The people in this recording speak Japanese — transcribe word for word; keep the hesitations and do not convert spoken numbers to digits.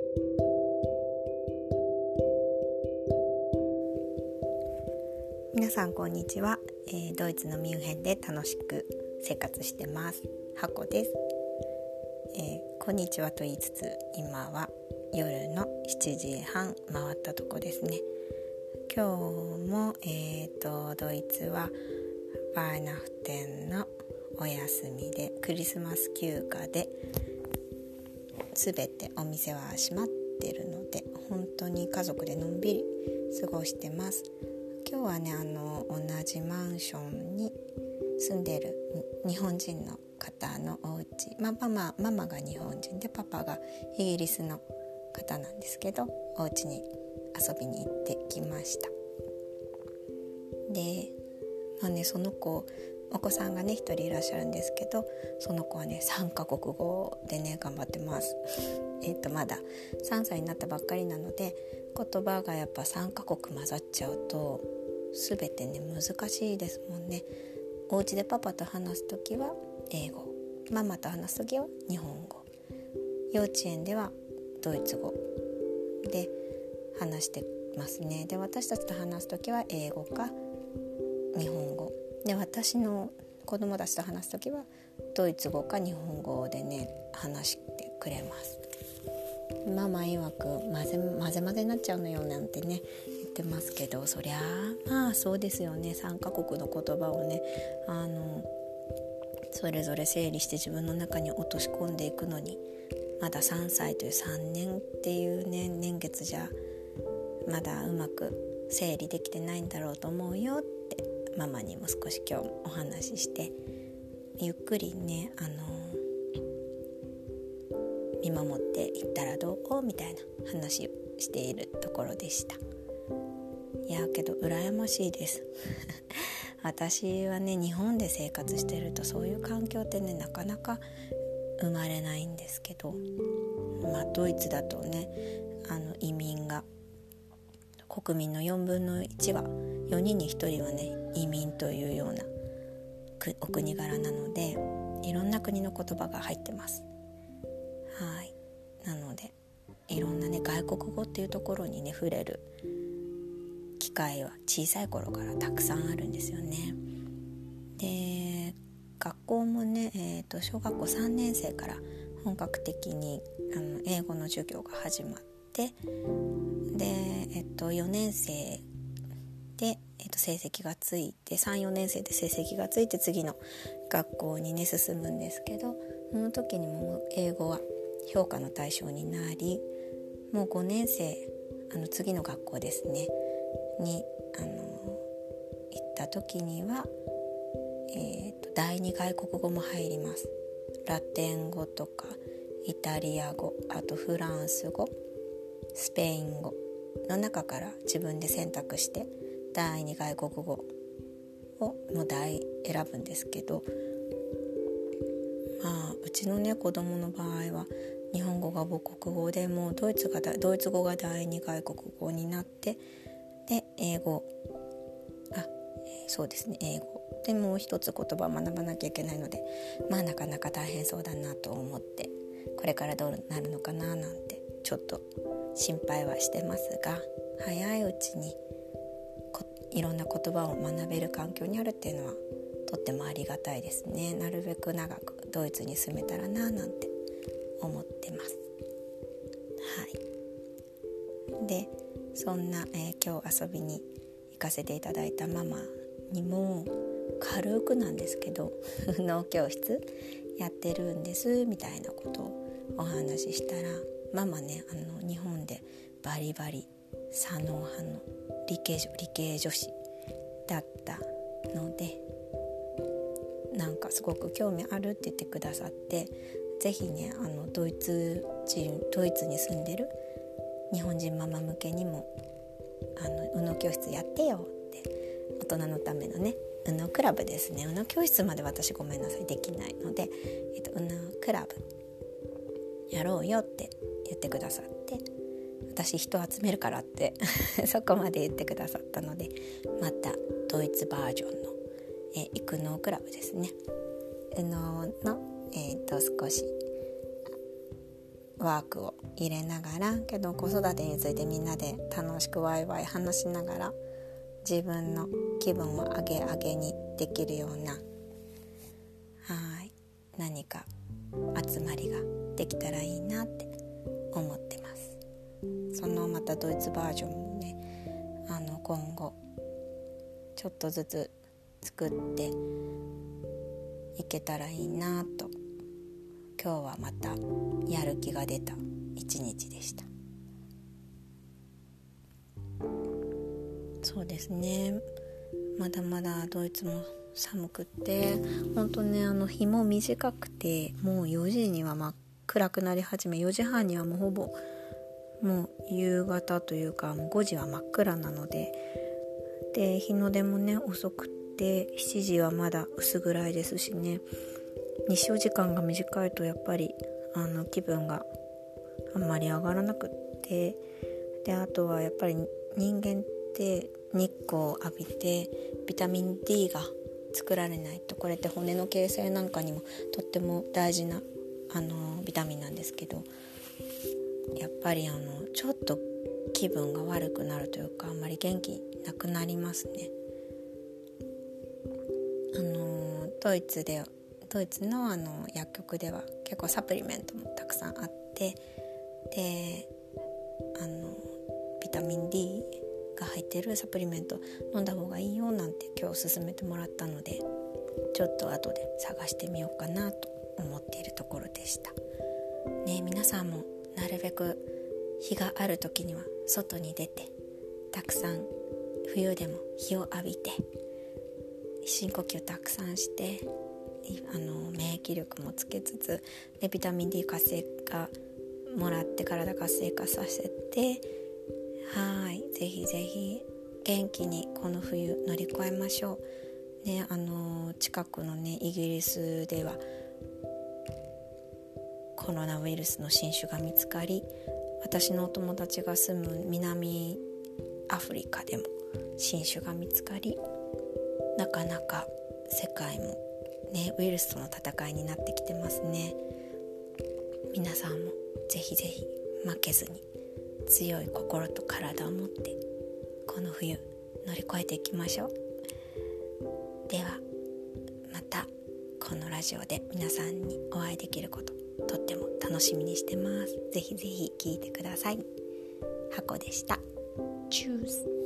皆さんこんにちは、えー、ドイツのミュンヘンで楽しく生活してますハコです、えー、こんにちはと言いつつ今は夜のしちじはん回ったとこですね。今日も、えー、とドイツはバーナフテンのお休みでクリスマス休暇で全てお店は閉まってるので本当に家族でのんびり過ごしてます。今日はねあの同じマンションに住んでいる日本人の方のお家、まあ、ママ、ママが日本人でパパがイギリスの方なんですけどお家に遊びに行ってきました。で、まあね、その子お子さんがね一人いらっしゃるんですけどその子はねさんカ国語でね頑張ってますえっとまださんさいになったばっかりなので言葉がやっぱさんカ国混ざっちゃうとすべてね難しいですもんね。お家でパパと話すときは英語、ママと話すときは日本語、幼稚園ではドイツ語で話してますね。で私たちと話すときは英語か日本語で私の子供たちと話すときはドイツ語か日本語でね話してくれます。ママ曰く混ぜ混ぜ混ぜになっちゃうのよなんてね言ってますけどそりゃあまあそうですよね。さんカ国の言葉をねあのそれぞれ整理して自分の中に落とし込んでいくのにまださんさいというさんねんっていうね年月じゃまだうまく整理できてないんだろうと思うよってママにも少し今日お話ししてゆっくりねあの見守っていったらどうみたいな話をしているところでした。いやけど羨ましいです私はね日本で生活してるとそういう環境ってねなかなか生まれないんですけど、まあドイツだとねあの移民が国民のよんぶんのいちはよにんにひとりはね移民というようなお国柄なのでいろんな国の言葉が入ってます。はい、なのでいろんなね外国語っていうところにね触れる機会は小さい頃からたくさんあるんですよね。で学校もね、えーと、小学校さんねん生から本格的にあの英語の授業が始まってで、えっと、よねん生で、えっと、成績がついてさん、よねん生で成績がついて次の学校にね進むんですけどその時にも英語は評価の対象になりもうごねん生あの次の学校ですねにあの行った時には、えーと、第二外国語も入ります。ラテン語とかイタリア語あとフランス語スペイン語の中から自分で選択して第二外国語をの題選ぶんですけどまあうちのね子供の場合は日本語が母国語でもうドイツがドイツ語が第二外国語になってで英語あ、えー、そうですね英語でもう一つ言葉を学ばなきゃいけないのでまあなかなか大変そうだなと思ってこれからどうなるのかななんてちょっと心配はしてますが早いうちにいろんな言葉を学べる環境にあるっていうのはとってもありがたいですね。なるべく長くドイツに住めたらななんて思ってます。はい。でそんな、えー、今日遊びに行かせていただいたママにも軽くなんですけど脳教室やってるんですみたいなことをお話ししたらママねあの日本でバリバリ左脳派の理系女、理系女子だったのでなんかすごく興味あるって言ってくださってぜひねあのドイツ人ドイツに住んでる日本人ママ向けにもあの ユーノ 教室やってよって大人のためのね ユーノ クラブですね ユーノ 教室まで私ごめんなさいできないので、えっと、ユーノ クラブやろうよって言ってくださって私人集めるからってそこまで言ってくださったのでまたドイツバージョンの、えー、イクノークラブですねユーノの、えー、と少しワークを入れながら、けど子育てについてみんなで楽しくワイワイ話しながら自分の気分を上げ上げにできるような、はい何か集まりができたらいいなって思ってます。そのまたドイツバージョンもね、あの今後ちょっとずつ作っていけたらいいなと、今日はまたやる気が出た一日でした。そうですね、まだまだドイツも寒くて、本当ね、あの日も短くて、もうよじには真っ暗くなり始め、よじはんにはもうほぼもう夕方というかもうごじは真っ暗なので、で日の出もね遅くてしちじはまだ薄暗いですしね、日照時間が短いとやっぱりあの気分があんまり上がらなくって、であとはやっぱり人間って日光を浴びてビタミン D が作られないと、これって骨の形成なんかにもとっても大事なあのビタミンなんですけど、やっぱりあのちょっと気分が悪くなるというか、あんまり元気なくなりますね。あのドイツでドイツのあの薬局では結構サプリメントもたくさんあって、であのビタミン D が入ってるサプリメント飲んだ方がいいよなんて今日勧めてもらったので、ちょっと後で探してみようかなと思っているところでしたね。皆さんもなるべく日がある時には外に出て、たくさん冬でも日を浴びて深呼吸たくさんして、あの免疫力もつけつつでビタミン D 活性化もらって体活性化させて、はいぜひぜひ元気にこの冬乗り越えましょうね。あの近くのねイギリスではコロナウイルスの新種が見つかり、私のお友達が住む南アフリカでも新種が見つかり、なかなか世界もねウイルスとの戦いになってきてますね。皆さんもぜひぜひ負けずに強い心と体を持ってこの冬乗り越えていきましょう。ではまたこのラジオで皆さんにお会いできることとっても楽しみにしてます。ぜひぜひ聞いてください。ハコでした。チュース。